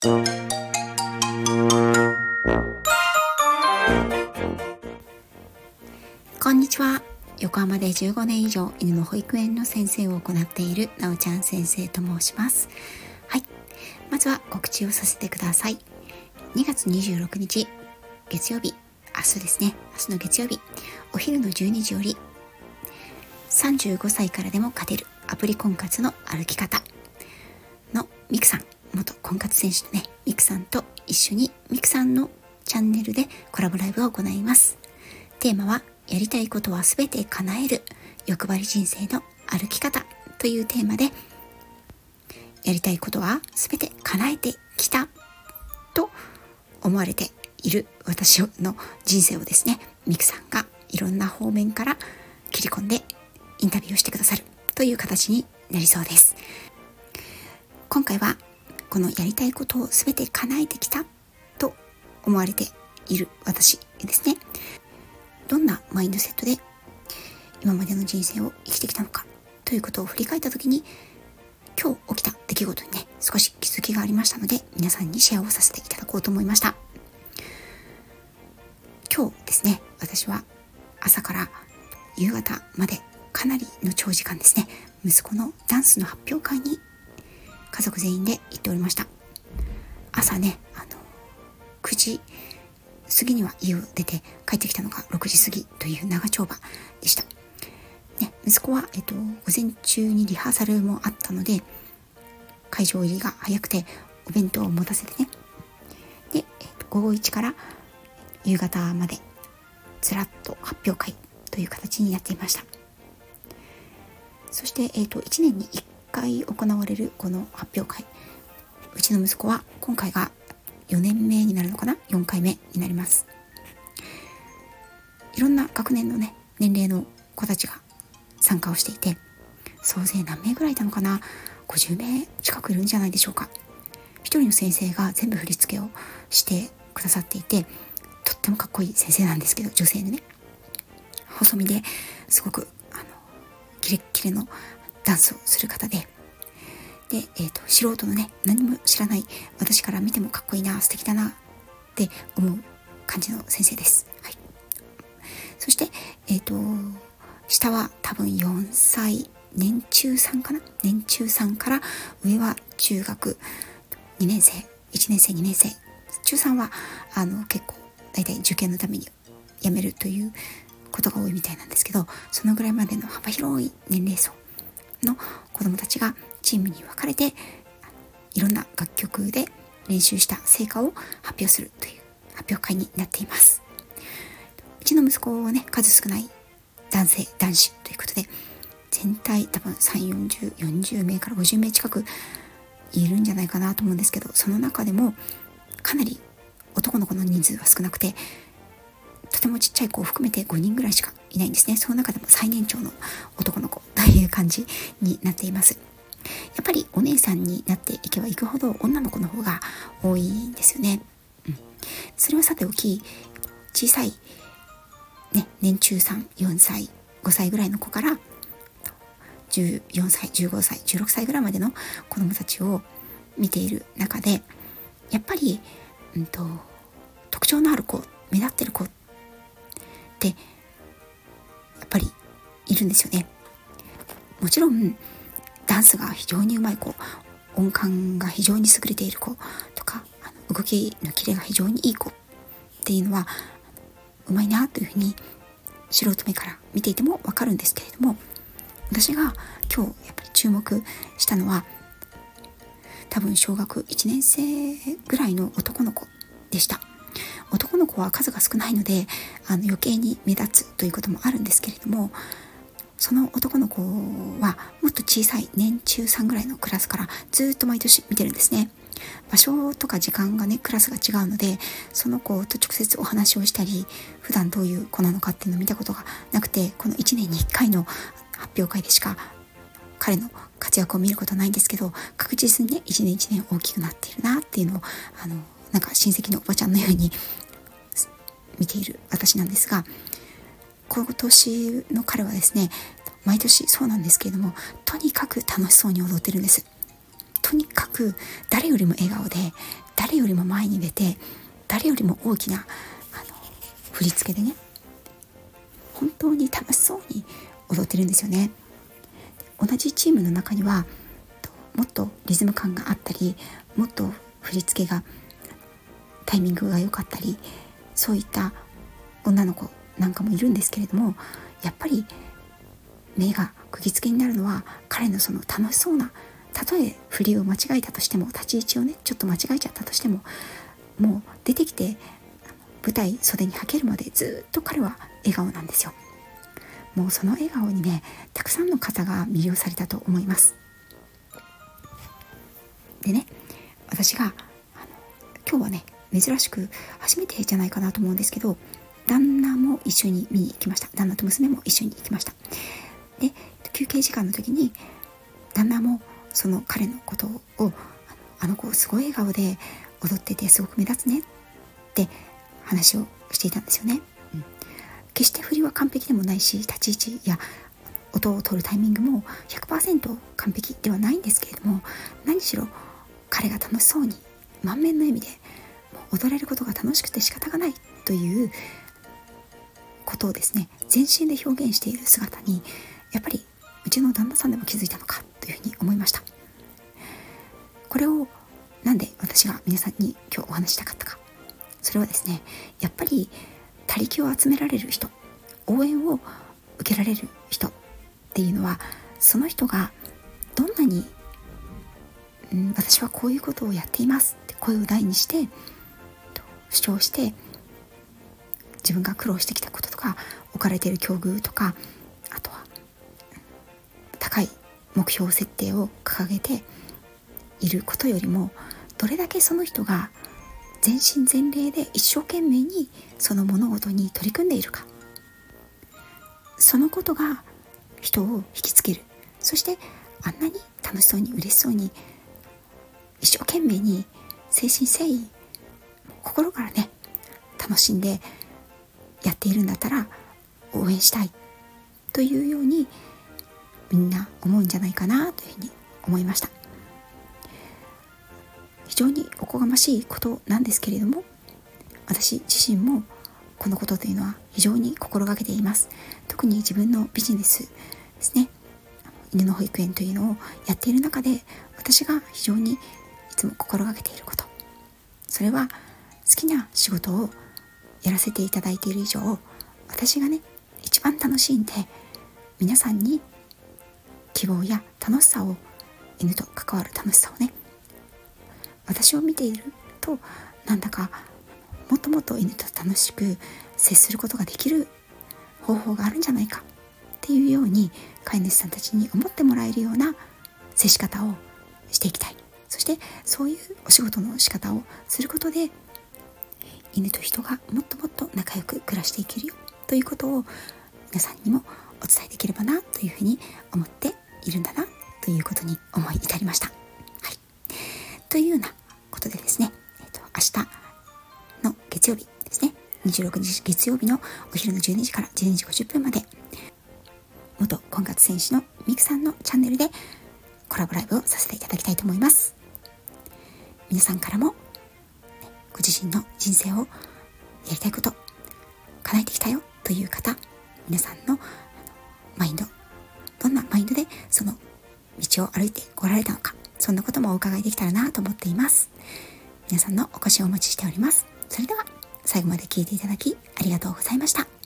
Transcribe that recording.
こんにちは。横浜で15年以上犬の保育園の先生を行っているなおちゃん先生と申します。はい、まずは告知をさせてください。2月26日月曜日、明日ですね、明日の月曜日お昼の12時より35歳からでも勝てるアプリ婚活の歩き方のミクさん、元婚活選手のねミクさんと一緒にミクさんのチャンネルでコラボライブを行います。テーマはやりたいことはすべて叶える欲張り人生の歩き方というテーマで、やりたいことはすべて叶えてきたと思われている私の人生をですね、ミクさんがいろんな方面から切り込んでインタビューをしてくださるという形になりそうです。今回はこのやりたいことをすべて叶えてきたと思われている私ですね、どんなマインドセットで今までの人生を生きてきたのかということを振り返ったときに、今日起きた出来事にね少し気づきがありましたので、皆さんにシェアをさせていただこうと思いました。今日ですね、私は朝から夕方までかなりの長時間ですね、息子のダンスの発表会に家族全員で行っておりました。朝ね、9時過ぎには家を出て帰ってきたのが6時過ぎという長丁場でした、ね、息子は、午前中にリハーサルもあったので会場入りが早くてお弁当を持たせてね、で、午後1から夕方までずらっと発表会という形になっていました。そして、1年に1回行われるこの発表会、うちの息子は今回が4年目になるのかな、4回目になります。いろんな学年のね年齢の子たちが参加をしていて、総勢何名ぐらいいたのかな、50名近くいるんじゃないでしょうか。一人の先生が全部振り付けをしてくださっていて、とってもかっこいい先生なんですけど、女性のね細身ですごくキレッキレのダンスをする方で、素人のね何も知らない私から見てもかっこいいな、素敵だなって思う感じの先生です、はい。そして、下は多分4歳、年中さんかな、年中さんから上は中学2年生、1年生2年生、中3は結構だいたい受験のために辞めるということが多いみたいなんですけど、そのぐらいまでの幅広い年齢層の子どもたちがチームに分かれていろんな楽曲で練習した成果を発表するという発表会になっています。うちの息子はね数少ない男性男子ということで、全体多分40名から50名近くいるんじゃないかなと思うんですけど、その中でもかなり男の子の人数は少なくて、とてもちっちゃい子を含めて5人ぐらいしかいないんですね。その中でも最年長の男の子という感じになっています。やっぱりお姉さんになっていけばいくほど女の子の方が多いんですよね、それはさておき、小さい、ね、年中さん4歳5歳ぐらいの子から14歳15歳16歳ぐらいまでの子供たちを見ている中で、やっぱり、特徴のある子、目立ってる子ってやっぱりいるんですよね。もちろんダンスが非常にうまい子、音感が非常に優れている子とか、動きのキレが非常にいい子っていうのはうまいなというふうに素人目から見ていてもわかるんですけれども、私が今日やっぱり注目したのは多分小学1年生ぐらいの男の子でした。男の子は数が少ないので余計に目立つということもあるんですけれども、その男の子はもっと小さい年中さんぐらいのクラスからずっと毎年見てるんですね。場所とか時間がねクラスが違うので、その子と直接お話をしたり、普段どういう子なのかっていうのを見たことがなくて、この1年に1回の発表会でしか彼の活躍を見ることはないんですけど、確実にね1年1年大きくなっているなっていうのをなんか親戚のおばちゃんのように見ている私なんですが、今年の彼はですね、毎年そうなんですけれども、とにかく楽しそうに踊ってるんです。とにかく誰よりも笑顔で、 りも前に出て、誰よりも大きな振り付けでね、本当に楽しそうに踊ってるんですよね。同じチームの中にはもっとリズム感があったり、もっと振り付けがタイミングが良かったり、そういった女の子なんかもいるんですけれども、やっぱり目が釘付けになるのは彼のその楽しそうな、たとえ振りを間違えたとしても、立ち位置をねちょっと間違えちゃったとしても、もう出てきて舞台袖にはけるまでずっと彼は笑顔なんですよ。もうその笑顔にね、たくさんの方が魅了されたと思います。でね、私が今日はね、珍しく初めてじゃないかなと思うんですけど、旦那も一緒に見に行きました。旦那と娘も一緒に行きました。で、休憩時間の時に旦那もその彼のことを、あの子すごい笑顔で踊っててすごく目立つねって話をしていたんですよね。決して振りは完璧でもないし、立ち位置や音を取るタイミングも 100% 完璧ではないんですけれども、何しろ彼が楽しそうに満面の笑みで踊れることが楽しくて仕方がないということをですね、全身で表現している姿に、やっぱりうちの旦那さんでも気づいたのかというふうに思いました。これをなんで私が皆さんに今日お話したかったか、それはですね、やっぱり他力を集められる人、応援を受けられる人っていうのは、その人がどんなに、私はこういうことをやっていますって声を大にして主張して、自分が苦労してきたこととか置かれている境遇とか、あとは高い目標設定を掲げていることよりも、どれだけその人が全身全霊で一生懸命にその物事に取り組んでいるか、そのことが人を引きつける。そしてあんなに楽しそうに嬉しそうに一生懸命に誠心誠意心からね楽しんでやっているんだったら応援したいというようにみんな思うんじゃないかなというふうに思いました。非常におこがましいことなんですけれども、私自身もこのことというのは非常に心がけています。特に自分のビジネスですね、犬の保育園というのをやっている中で、私が非常にいつも心がけていること、それは好きな仕事をやらせていただいている以上、私がね一番楽しんで皆さんに希望や楽しさを、犬と関わる楽しさをね、私を見ているとなんだかもっともっと犬と楽しく接することができる方法があるんじゃないかっていうように、飼い主さんたちに思ってもらえるような接し方をしていきたい。そしてそういうお仕事の仕方をすることで、犬と人がもっともっと仲良く暮らしていけるよということを皆さんにもお伝えできればなというふうに思っているんだなということに思い至りました。はい、というようなことでですね、明日の月曜日ですね、26日月曜日のお昼の12時から12時50分まで、元婚活選手のミクさんのチャンネルでコラボライブをさせていただきたいと思います。皆さんからもご自身の人生をやりたいこと叶えてきたよという方、皆さんのマインド、どんなマインドでその道を歩いてこられたのか、そんなこともお伺いできたらなと思っています。皆さんのお越しをお待ちしております。それでは最後まで聞いていただきありがとうございました。